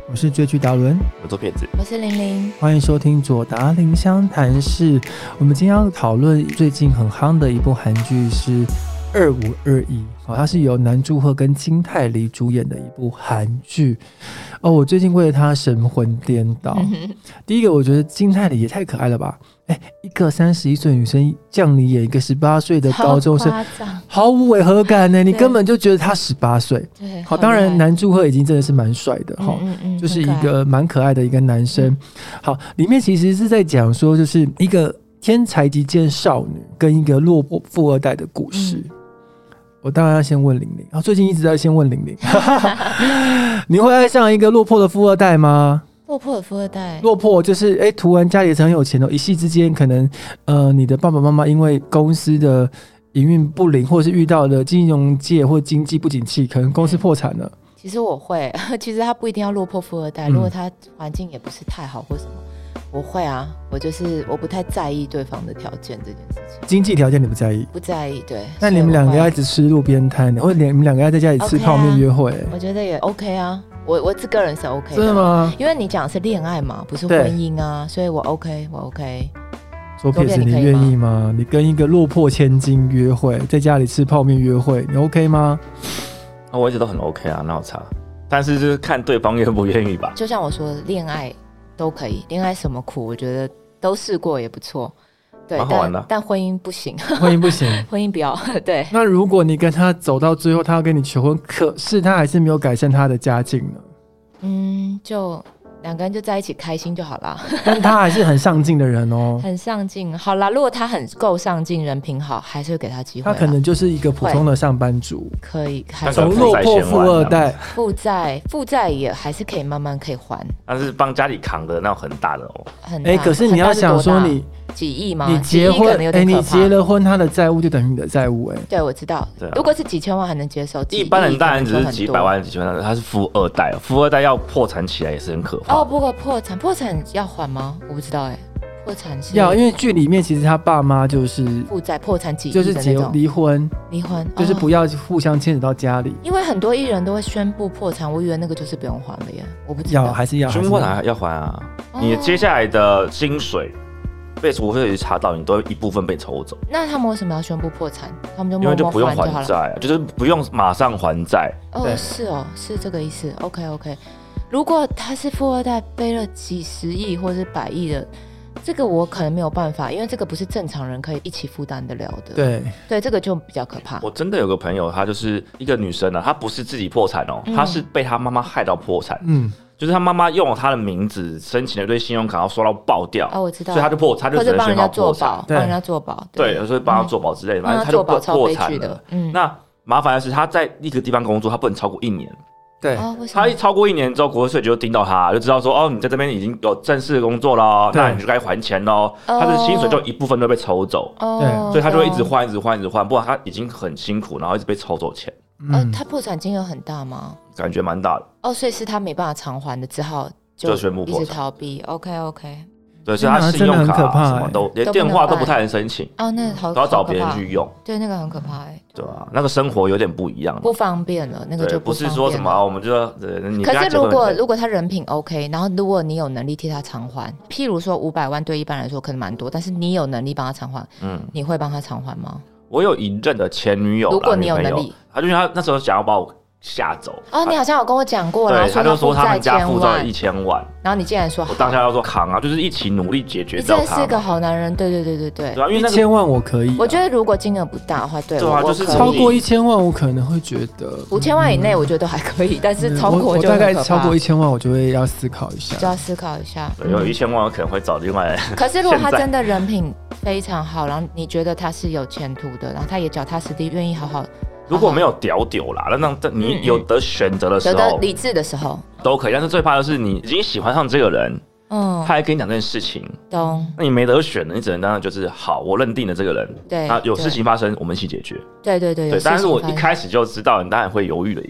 我是追剧达伦， 我做骗子， 我是玲玲， 欢迎收听左达林湘谈室。我们今天要讨论最近很夯的一部韩剧是2521，它是由南柱赫跟金泰梨主演的一部韩剧。我最近为了它神魂颠倒。第一个，我觉得金泰梨也太可爱了吧！一个31岁女生降临演一个18岁的高中生，毫无违和感呢，你根本就觉得他18岁。 对， 好，当然南柱赫已经真的是蛮帅的哈，就是一个蛮可爱的一个男生。好，里面其实是在讲说，就是一个天才击剑少女跟一个落魄富二代的故事。我当然要先问玲玲，最近一直在先问玲玲，你会爱上一个落魄的富二代吗？ 落魄的富二代， 落魄就是突然家里很有钱哦，一夕之间可能你的爸爸妈妈因为公司的营运不灵，或是遇到了金融界或经济不景气，可能公司破产了。 其实我会，其实他不一定要落魄富二代，如果他环境也不是太好或什么，我会啊，我不太在意对方的条件这件事情。 经济条件你不在意？不在意，对。 那你们两个要一直吃路边摊，或者你们两个要在家里吃泡面约会？ 我觉得也 OK 啊。我这个人是 OK 的。 真的吗？ 因为你讲的是恋爱嘛，不是婚姻啊，所以我 OK。 左撇子，你愿意吗？你跟一个落魄千金约会，在家里吃泡面约会，你 OK 吗？ 我一直都很 OK 啊，哪有差？但是就是看对方愿不愿意吧。 就像我说的，恋爱都可以，恋爱什么苦，我觉得都试过也不错。对，但婚姻不行， 婚姻不行， 婚姻不要。对。 那如果你跟他走到最后，他要跟你求婚，可是他还是没有改善他的家境呢？ 就两个人就在一起开心就好啦。 但他还是很上进的人哦， 很上进。好啦，如果他很够上进，人品好，还是会给他机会。 他可能就是一个普通的上班族， 可以， 从落魄富二代， 负债也还是可以慢慢可以还。 但是帮家里扛的那种很大的哦， 很大。 可是你要想说你几亿吗？ 你结婚，你结了婚，他的债务就等于你的债务， 对，我知道。如果是几千万还能接受， 一般人当然只是几百万、几千万，他是富二代，富二代要破产起来也是很可怕。 不过破产要还吗？我不知道破产是要，因为剧里面其实他爸妈就是负债破产几亿就是离婚，就是不要互相牵扯到家里。 因为很多艺人都会宣布破产，我以为那个就是不用还了耶，我不知道。 还是要宣布破产要还啊，你接下来的薪水被除非查到，你都一部分被抽走。 那他们为什么要宣布破产？他们就因为就不用还债，就是不用马上还债。 是这个意思。OK。如果他是富二代，背了几十亿或是100亿的，这个我可能没有办法，因为这个不是正常人可以一起负担得了的。对，这个就比较可怕。 我真的有个朋友，她就是一个女生啊，她不是自己破产哦，她是被她妈妈害到破产。就是他妈妈用了他的名字申请了一堆信用卡，然后刷到爆掉。 我知道。 所以他就只能宣告破产， 帮人家做保。 对，所以帮他做保之类的，反正他就破产了。那麻烦的是他在一个地方工作，他不能超过1年。 对， 他一超过1年之后，国税局就盯到他，就知道说你在这边已经有正式的工作了，那你就该还钱咯。他的薪水就一部分都被抽走。所以他就会一直换，不然他已经很辛苦，然后一直被抽走钱。 他破产金额很大吗？ 感觉蛮大的。 所以是他没办法偿还的，只好就宣布破产， 一直逃避。OK。 对，所以他信用卡什么都连电话都不太能申请。 那好， 都要找别人去用。 对，那个很可怕。 对啊，那个生活有点不一样， 不方便了，那个就不是说什么我们就你。 可是如果他人品 OK， 然后如果你有能力替他偿还，譬如说500万对一般来说可能蛮多，但是你有能力帮他偿还，你会帮他偿还吗？ 我有一任的前女友， 如果你有能力， 他那时候想要把我吓走。 你好像有跟我讲过了。 对，他就说他们家负债1000万， 然后你竟然说， 我当下要说扛啊，就是一起努力解决掉他。 你真的是个好男人。对。 对啊，因为 1000万我可以。 我觉得如果金额不大的话，对啊，就是超过1000万，我可能会觉得 5000万以内，我觉得都还可以，但是超过我大概超过1000万，我就会要思考一下。 对，有1000万，我可能会找另外。 可是如果他真的人品非常好，然后你觉得他是有前途的，然后他也脚踏实地，愿意好好。 如果没有屌啦，那你有得选择的时候， 有得理智的时候都可以。但是最怕的是你已经喜欢上这个人，他还跟你讲这件事情， 懂？ 那你没得选了，你只能当然就是好，我认定了这个人， 对， 有事情发生，我们一起解决。 对。 但是我一开始就知道，你当然会犹豫了一下。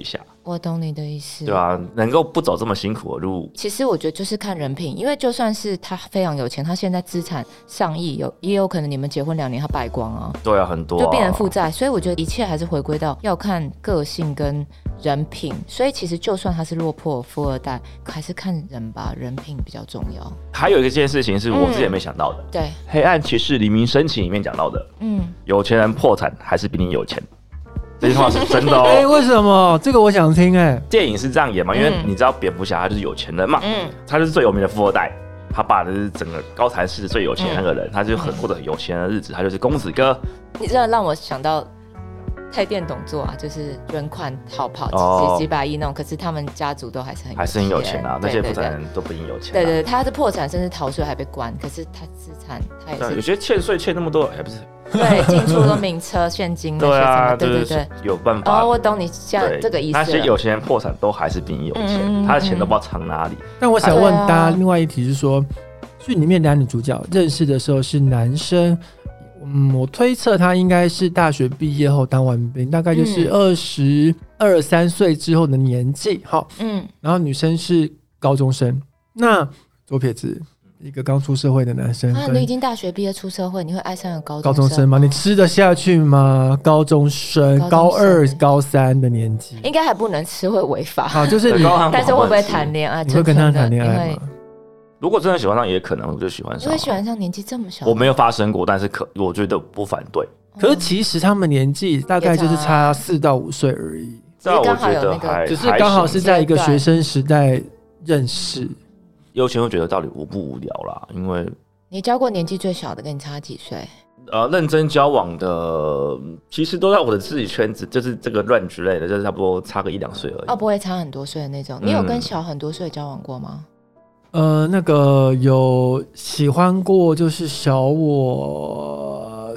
我懂你的意思， 对啊，能够不走这么辛苦的路， 其实我觉得就是看人品，因为就算是他非常有钱，他现在资产上亿，也有可能你们结婚2年他败光啊， 对啊，很多、啊、 就变成负债，所以我觉得一切还是回归到要看个性跟人品，所以其实就算他是落魄富二代，还是看人吧，人品比较重要。 还有一件事情是我之前没想到的， 对， 黑暗骑士黎明申请里面讲到的，有钱人破产还是比你有钱。这句话是真的哦。 为什么？这个我想听电影是这样演嘛？因为你知道蝙蝠侠他就是有钱人嘛，他就是最有名的富二代，他爸就是整个高谭市最有钱的那个人，他就过得很有钱的日子，他就是公子哥。 你真的让我想到太电动作啊，就是捐款逃跑几百亿那种，可是他们家族都还是很有钱啊， 那些破产人都不一定有钱。 对，他是破产甚至逃税还被关，可是他资产他也是有些欠税欠那么多，还不是。 对，进出都名车、现金那些什么，对， 有办法。 我懂你这个意思。 那些有钱人破产都还是比你有钱，他的钱都不知道藏哪里。 但我想问大家，另外一题是说，剧里面两女主角认识的时候是男生，我推测他应该是大学毕业后当完兵，大概就是22、23岁之后的年纪，好，然后女生是高中生，那左撇子。一个刚出社会的男生你已经大学毕业出社会，你会爱上个高中生吗？你吃得下去吗？高中生高2、高3的年纪， 应该还不能吃，会违法。 好，就是你， 但是会不会谈恋爱？ 你会跟他谈恋爱吗？ 如果真的喜欢上，也可能我就喜欢上。 因为喜欢上年纪这么小， 我没有发生过，但是我觉得不反对。 可是其实他们年纪大概就是差4到5岁而已， 这我觉得还只是刚好是在一个学生时代认识。 有钱会觉得到底无不无聊啦，因为你交过年纪最小的跟你差几岁？ 认真交往的其实都在我的自己圈子，就是这个乱之类的，就是差不多差个1、2岁而已。 不会差很多岁的那种。你有跟小很多岁交往过吗？ 那个有喜欢过，就是小我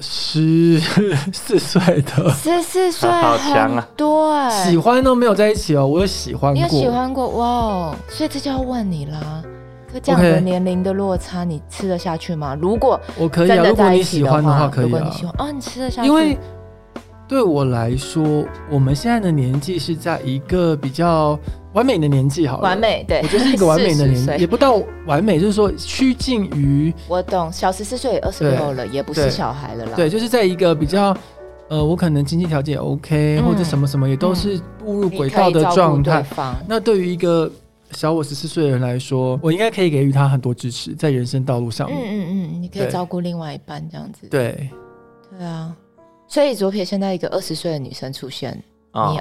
14岁的。 14岁， 好强啊！ 对， 喜欢都没有在一起哦，我有喜欢过。 你有喜欢过哇？所以这就要问你啦。这样的年龄的落差，你吃得下去吗？如果我可以啊，如果你喜欢的话，可以啊。如果你喜欢你吃得下去。 因为对我来说，我们现在的年纪是在一个比较完美的年纪，好了， 完美，对， 我觉得是一个完美的年纪，也不到完美，就是说趋近于。 我懂，小14岁也26了，也不是小孩了啦。 对，就是在一个比较。我可能经济条件也 OK，或者什么什么也都是步入轨道的状态。那对于一个小我14岁的人来说，我应该可以给予他很多支持，在人生道路上面。 你可以照顾另外一半这样子。 对啊，所以左撇现在一个20岁的女生出现，你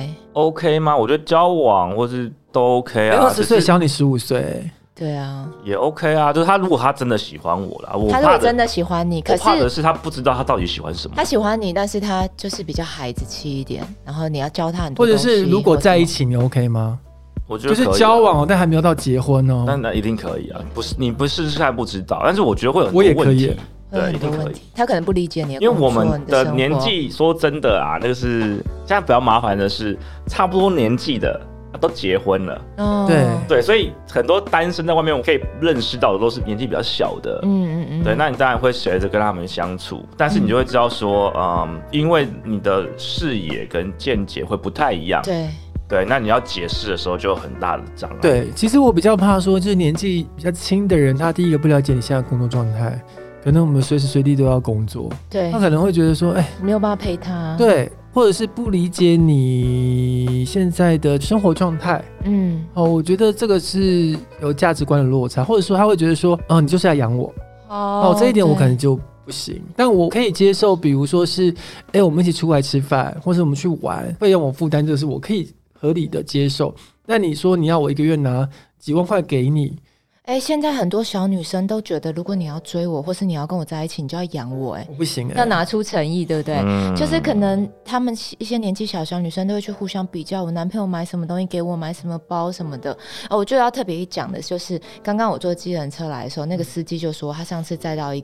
OK 吗？我觉得交往或是都 OK 啊。 20岁小你15岁。 对啊， 也 OK 啊，就是如果他真的喜欢我啦， 他如果真的喜欢你，可是我怕的是他不知道他到底喜欢什么。 他喜欢你，但是他就是比较孩子气一点，然后你要教他很多东西。 或者是如果在一起，你 OK 吗？ 我觉得就是交往但还没有到结婚哦。 那一定可以啊，不是你不试试看不知道，但是我觉得会有很多问题。对，一定可以。 他可能不理解你的， 因为我们的年纪，说真的啊，那个是现在比较麻烦的是，差不多年纪的。都结婚了，对，所以很多单身在外面，我可以认识到的都是年纪比较小的，对，那你当然会学着跟他们相处，但是你就会知道说，因为你的视野跟见解会不太一样，对，那你要解释的时候就有很大的障碍。 对，其实我比较怕说，就是年纪比较轻的人，他第一个不了解你现在的工作状态，可能我们随时随地都要工作， 对， 他可能会觉得说， 没有办法陪他， 对。或者是不理解你现在的生活状态，我觉得这个是有价值观的落差，或者说他会觉得说，你就是来养我，这一点我可能就不行，但我可以接受，比如说是，我们一起出来吃饭，或者我们去玩，费用我负担，这是我可以合理的接受。但你说你要我1个月拿几万块给你。 现在很多小女生都觉得，如果你要追我，或是你要跟我在一起，你就要养我。 我不行， 要拿出诚意，对不对？就是可能他们一些年纪小女生都会去互相比较，我男朋友买什么东西给我，买什么包什么的。我就要特别一讲的就是，刚刚我坐计程车来的时候，那个司机就说他上次载到一个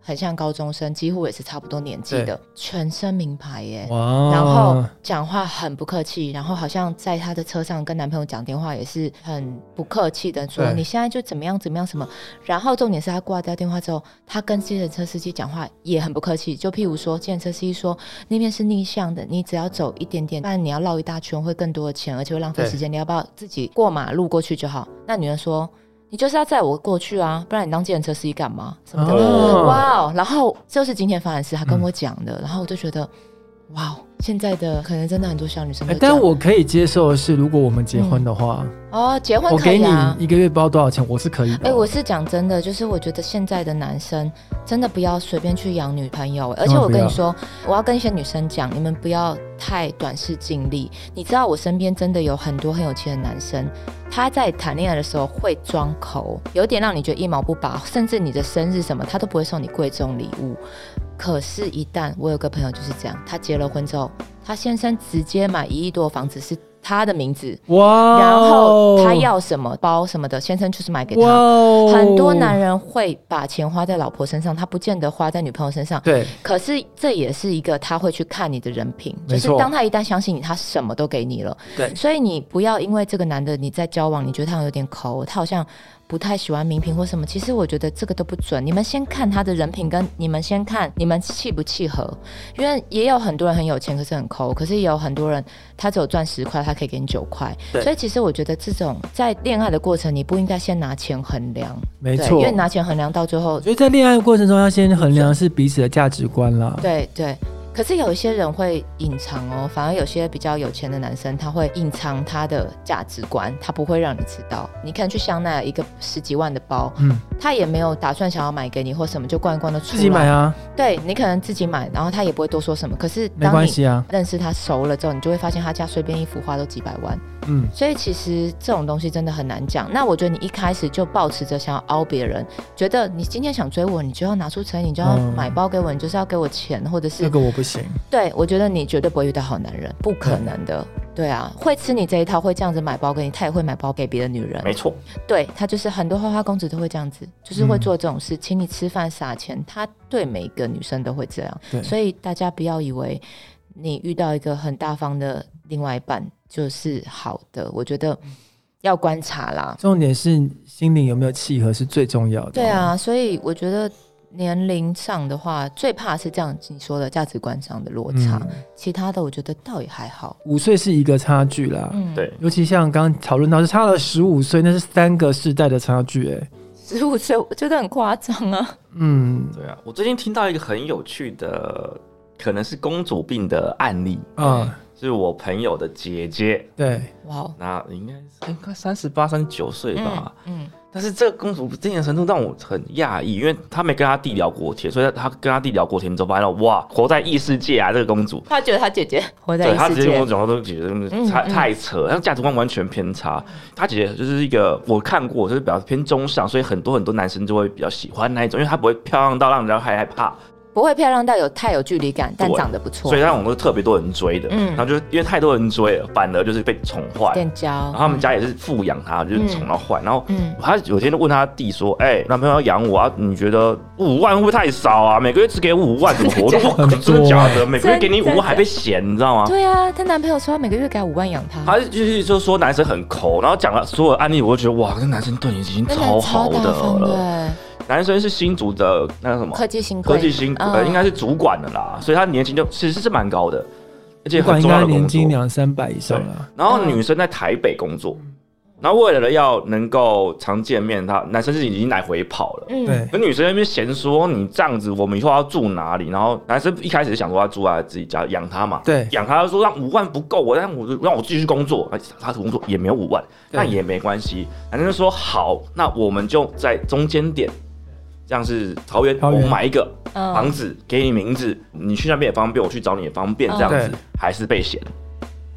很像高中生，几乎也是差不多年纪的，全身名牌耶，然后讲话很不客气，然后好像在她的车上跟男朋友讲电话也是很不客气的说你现在就怎么样怎么样什么，然后重点是她挂掉电话之后，她跟计程车司机讲话也很不客气，就譬如说计程车司机说那边是逆向的，你只要走一点点，不然你要绕一大圈会更多的钱，而且会浪费时间，你要不要自己过马路过去就好？那女人说你就是要载我过去啊，不然你当计程车司机干嘛什么的。哇，然后这是今天发生事他跟我讲的，然后我就觉得哇，现在的可能真的很多小女生都但我可以接受的是，如果我们结婚的话， 结婚可以啊， 我给你一个月包多少钱，我是可以的。 我是讲真的，就是我觉得现在的男生真的不要随便去养女朋友，而且我跟你说，我要跟一些女生讲，你们不要太短视近利。你知道我身边真的有很多很有钱的男生，他在谈恋爱的时候会装抠，有点让你觉得一毛不拔，甚至你的生日什么他都不会送你贵重礼物。可是一旦我有个朋友就是这样，他结了婚之后，他先生直接买1亿多的房子是他的名字，哇！然后他要什么包什么的，先生就是买给他。很多男人会把钱花在老婆身上，他不见得花在女朋友身上。 对， 可是这也是一个他会去看你的人品，就是当他一旦相信你，他什么都给你了。 对， 所以你不要因为这个男的你在交往，你觉得他有点抠，他好像不太喜欢名品或什么，其实我觉得这个都不准。你们先看他的人品，跟你们先看你们契不契合。因为也有很多人很有钱，可是很抠，可是也有很多人他只有赚10块，他可以给你9块。所以其实我觉得这种在恋爱的过程，你不应该先拿钱衡量。 没错， 因为拿钱衡量到最后， 所以在恋爱的过程中要先衡量是彼此的价值观啦。 对对。可是有一些人会隐藏哦，反而有些比较有钱的男生，他会隐藏他的价值观，他不会让你知道。你可能去香奈儿一个10几万的包，他也没有打算想要买给你或什么，就罐罐的出来。 自己买啊？ 对，你可能自己买，然后他也不会多说什么。可是当你认识他熟了之后，你就会发现他家随便一幅画都几百万。所以其实这种东西真的很难讲。那我觉得你一开始就抱持着想要凹别人，觉得你今天想追我，你就要拿出诚意，你就要买包给我，你就是要给我钱，或者是这个我不行。 对，我觉得你绝对不会遇到好男人，不可能的。对啊，会吃你这一套，会这样子买包给你，他也会买包给别的女人。 没错， 对，他就是很多花花公子都会这样子，就是会做这种事，请你吃饭撒钱，他对每个女生都会这样。所以大家不要以为你遇到一个很大方的另外一半就是好的，我觉得要观察啦。 重点是心灵有没有契合是最重要的。 对啊，所以我觉得年龄上的话，最怕是这样你说的价值观上的落差，其他的我觉得倒也还好。 5岁是一个差距啦， 对， 尤其像刚刚讨论到是差了15岁，那是3个世代的差距 15岁我觉得很夸张啊。 对啊，我最近听到一个很有趣的，可能是公主病的案例是我朋友的姐姐。 对， 哇， 那应该38、39岁吧。但是这个公主病的程度让我很讶异，因为她没跟她弟聊过天，所以她跟她弟聊过天之后，发现哇，活在异世界啊！这个公主， 她觉得她姐姐活在异世界， 对，她直接跟我讲，说姐姐太扯，她价值观完全偏差。她姐姐就是一个我看过，就是比较偏中上，所以很多男生就会比较喜欢那一种，因为她不会漂亮到让人家害怕。 不会漂亮到太有距离感，但长得不错， 所以那种都特别多人追的。然后就是因为太多人追了，反而就是被宠坏。 电交， 然后他们家也是富养他，就是宠到坏。然后他有天就问他弟说：“男朋友要养我啊，你觉得5万会不会太少啊？每个月只给5万，怎么活动？真的假的？每个月给你5万还被嫌，你知道吗？” 对啊，她男朋友说他每个月给5万养他。 他就是说男生很抠，然后讲了所有案例，我就觉得哇，这男生对你已经超好的了。男生是新竹的那个什么科技新应该是主管的啦，所以他年薪就其实是蛮高的，而且很重要的工作， 年薪200-300以上了。 然后女生在台北工作，然后为了要能够常见面，男生是已经来回跑了。 对， 而女生那边嫌说你这样子，我们以后要住哪里？然后男生一开始想说要住在自己家养他嘛， 对， 养他说让5万不够，让我继续工作，他工作也没有5万，那也没关系。男生就说好，那我们就在中间点。像是桃园，我买一个房子给你名字，你去那边也方便，我去找你也方便，这样子还是被嫌。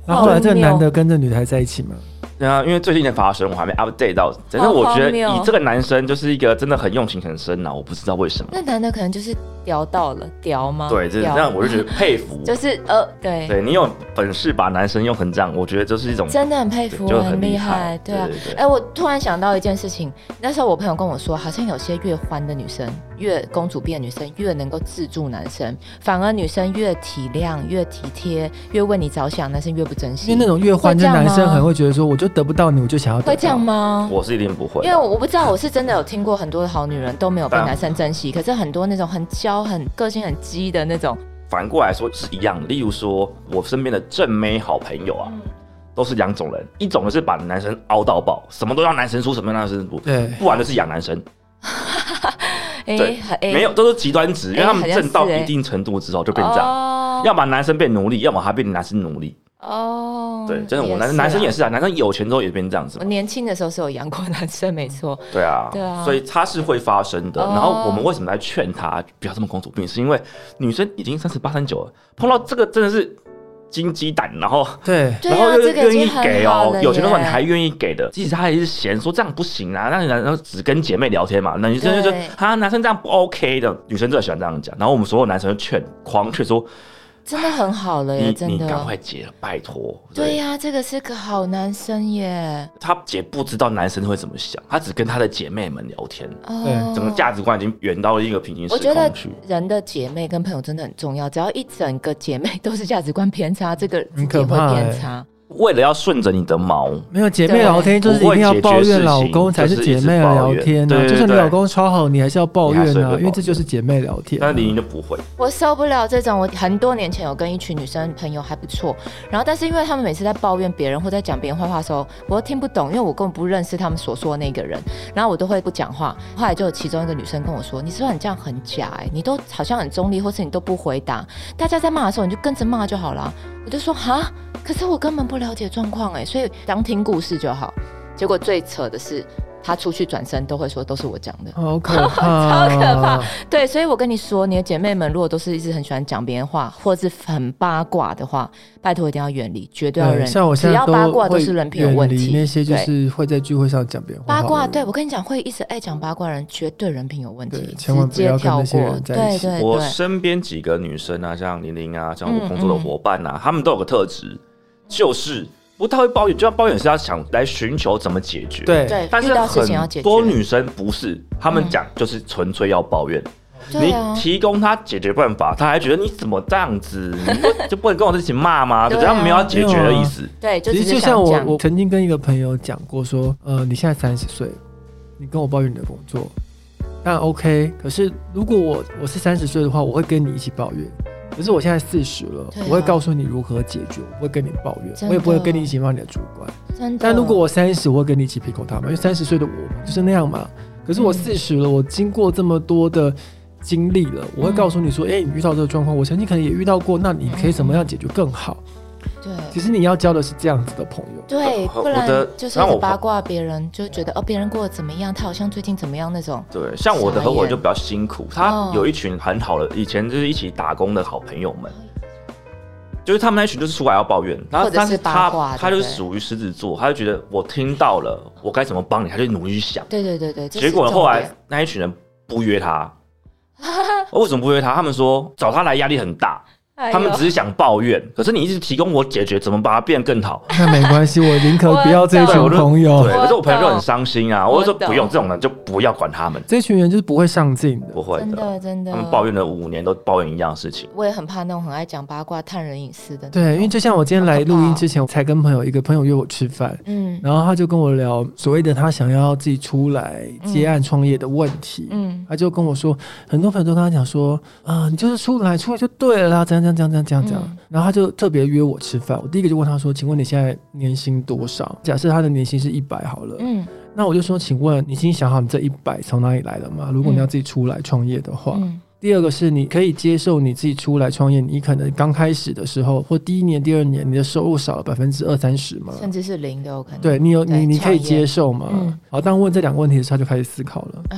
然后后来这个男的跟这女的还在一起吗？ 对啊，因为最近的发生我还没 update 到，但是我觉得以这个男生就是一个真的很用情很深啊，我不知道为什么。 那男的可能就是屌到了，屌吗？ 对，这样我就觉得佩服。 就是对你有本事把男生用成这样，我觉得就是一种真的很佩服，很厉害。对啊，我突然想到一件事情，那时候我朋友跟我说，好像有些越欢的女生，越公主病的女生，越能够制住男生，反而女生越体谅、越体贴、越为你着想，男生越不珍惜。 因为那种越欢的男生可能会觉得说，我就得不到你，我就想要得到。 会这样吗？ 我是一定不会， 因为我不知道，我是真的有听过很多的好女人都没有被男生珍惜，可是很多那种很娇、很个性很激的那种， 反过来说是一样的。例如说，我身边的正妹好朋友啊，都是两种人，一种是把男生凹到爆，什么都让男生出，什么都让男生出，不然就是养男生。对，没有，都是极端值，因为他们挣到一定程度之后就变这样，要么男生变奴隶，要么他变男生奴隶。对，真的，我男生也是啊，男生有钱之后也变这样子。 我年轻的时候是有养过男生，没错。 对啊，所以他是会发生的。然后我们为什么来劝他不要这么公主病，是因为女生已经38、39了，碰到这个真的是金鸡蛋，然后然后又愿意给哦，有钱的话你还愿意给的，即使他也是嫌说这样不行啊，然后只跟姐妹聊天嘛，那女生就说男生这样不 OK 的，女生最喜欢这样讲，然后我们所有男生就狂劝说。 真的很好了耶，真的。 你赶快结了，拜托。 对呀，这个是个好男生耶。 他姐不知道男生会怎么想，他只跟他的姐妹们聊天，整个价值观已经远到了一个平行时空去。 我觉得人的姐妹跟朋友真的很重要，只要一整个姐妹都是价值观偏差，这个自己会偏差。 为了要顺着你的毛， 没有姐妹聊天就是一定要抱怨老公才是姐妹聊天啊。就算你老公超好，你还是要抱怨啊，因为这就是姐妹聊天。 但是玲就不会， 我受不了这种。我很多年前有跟一群女生朋友还不错，然后但是因为他们每次在抱怨别人或在讲别人坏话的时候，我都听不懂，因为我根本不认识他们所说的那个人，然后我都会不讲话。后来就有其中一个女生跟我说：“你是不是你这样很假？你都好像很中立，或是你都不回答，大家在骂的时候你就跟着骂就好了。”我就说：“哈。”可是我根本不了解状况所以当听故事就好。结果最扯的是，他出去转身都会说都是我讲的， 好可怕， 超可怕。对，所以我跟你说，你的姐妹们如果都是一直很喜欢讲别人话，或者是很八卦的话，拜托一定要远离，绝对要远离。 像我现在只要八卦都是人品有问题。 那些就是会在聚会上讲别人话八卦，对我跟你讲，会一直爱讲八卦的人，绝对人品有问题， 千万不要跟那些人在一起。 对， 我身边几个女生啊，像玲玲啊，像我工作的伙伴啊，她们都有个特质。就是不太会抱怨，就算抱怨是要想来寻求怎么解决。 对， 但是很多女生不是，她们讲就是纯粹要抱怨。你提供她解决办法，她还觉得你怎么这样子，你就不能跟我一起骂吗？对，他们没有要解决的意思。 对， 其实就像我曾经跟一个朋友讲过说，你现在30岁，你跟我抱怨你的工作，当然 OK。可是如果我是30岁的话，我会跟你一起抱怨。可是我现在40了，我会告诉你如何解决，我不会跟你抱怨，我也不会跟你一起骂你的主管。但如果我30，我会跟你一起劈口大骂，因为30岁的我就是那样嘛。可是我40了，我经过这么多的经历了，我会告诉你说，你遇到这个状况，我曾经可能也遇到过，那你可以怎么样解决更好？对，其实你要交的是这样子的朋友， 对，不然就是一直八卦别人，就觉得别人过得怎么样，他好像最近怎么样那种。 对，像我的合伙人就比较辛苦，他有一群很好的，以前就是一起打工的好朋友们，就是他们那群就是出来要抱怨，然后但是他就是属于狮子座，他就觉得我听到了，我该怎么帮你，他就努力去想。 对， 结果后来那一群人不约他，为什么不约他？他们说找他来压力很大。他们只是想抱怨，可是你一直提供我解决怎么把它变更好， 那没关系，我宁可不要这群朋友。 对，可是我朋友就很伤心啊，我就说不用这种人就不要管他们， 这群人就是不会上进的， 不会的， 真的， 他们抱怨了5年都抱怨一样的事情。 我也很怕那种很爱讲八卦、探人隐私的。 对，因为就像我今天来录音之前，我才跟一个朋友约我吃饭，然后他就跟我聊所谓的他想要自己出来接案创业的问题，他就跟我说，很多朋友都跟他讲说，你就是出来就对了啦，怎样。然后他就特别约我吃饭，我第一个就问他说，请问你现在年薪多少？假设他的年薪是100好了，那我就说，请问你已经想好你这100从哪里来了吗？如果你要自己出来创业的话，第二个是你可以接受你自己出来创业，你可能刚开始的时候或第1年、第2年，你的收入少了20%-30%吗？ 甚至是0都有可能。 对，你可以接受吗？好，当问这2个问题的时候，他就开始思考了。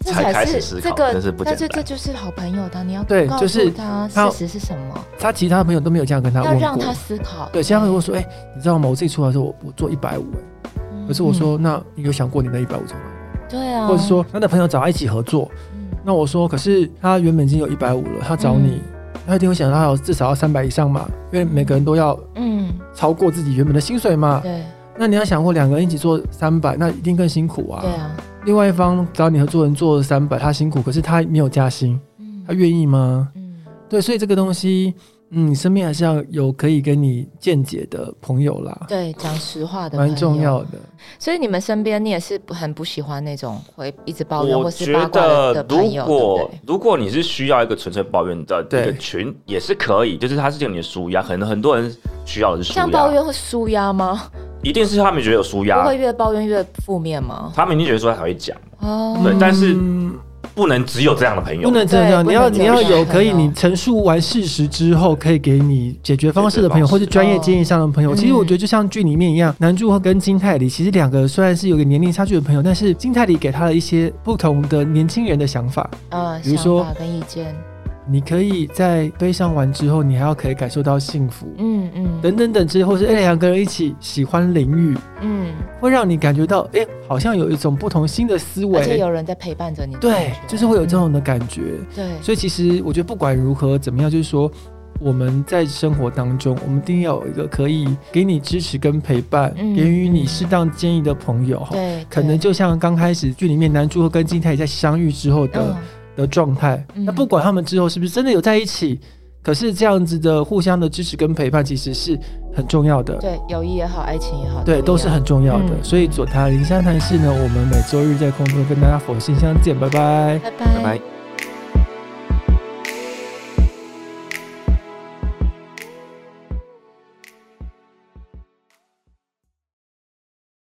才开始思考，真是不简单。 但是这就是好朋友的，你要告诉他事实是什么。 他其他的朋友都没有这样跟他问过， 要让他思考。 对，其他朋友说，你知道吗？我自己出来的时候，我做150，可是我说，那你有想过你的150从哪里？ 对啊。 或者说他的朋友找他一起合作，那我说，可是他原本已经有150了，他找你，他一定会想到他至少要300以上嘛，因为每个人都要超过自己原本的薪水嘛。 对。 那你要想过2个人一起做300，那一定更辛苦啊。 对啊。 另外一方找你合作人做300，他辛苦，可是他没有加薪，他愿意吗？对，所以这个东西，你身边还是要有可以跟你见解的朋友啦。 对，讲实话的朋友蛮重要的。 所以你们身边，你也是很不喜欢那种会一直抱怨或是八卦的朋友。 如果你是需要一个纯粹抱怨的一个群，也是可以，就是它是给你的抒压，可能很多人需要的是抒压。 像抱怨会抒压吗？ 一定是他们觉得有抒压， 不会越抱怨越负面吗？ 他们一定觉得说他才会讲，对，但是不能只有这样的朋友， 不能这样，你要有可以你陈述完事实之后可以给你解决方式的朋友，或是专业建议上的朋友。其实我觉得就像剧里面一样，南柱跟金泰梨其实2个虽然是有个年龄差距的朋友，但是金泰梨给他了一些不同的年轻人的想法，比如说想法跟意见。 你可以在悲伤完之后，你还要可以感受到幸福，等等等之类，或是2个人一起喜欢淋浴，会让你感觉到，好像有一种不同新的思维， 而且有人在陪伴着你， 对，就是会有这种的感觉， 对。 所以其实我觉得不管如何怎么样，就是说我们在生活当中，我们一定要有一个可以给你支持跟陪伴，给予你适当建议的朋友， 对， 可能就像刚开始剧里面男主和跟金泰在相遇之后的状态，那不管他们之后是不是真的有在一起，可是这样子的互相的支持跟陪伴其实是很重要的。 对，友谊也好，爱情也好， 对，都是很重要的。所以左台灵山谈室呢，我们每周日在空中跟大家佛心相见，拜拜， 拜拜。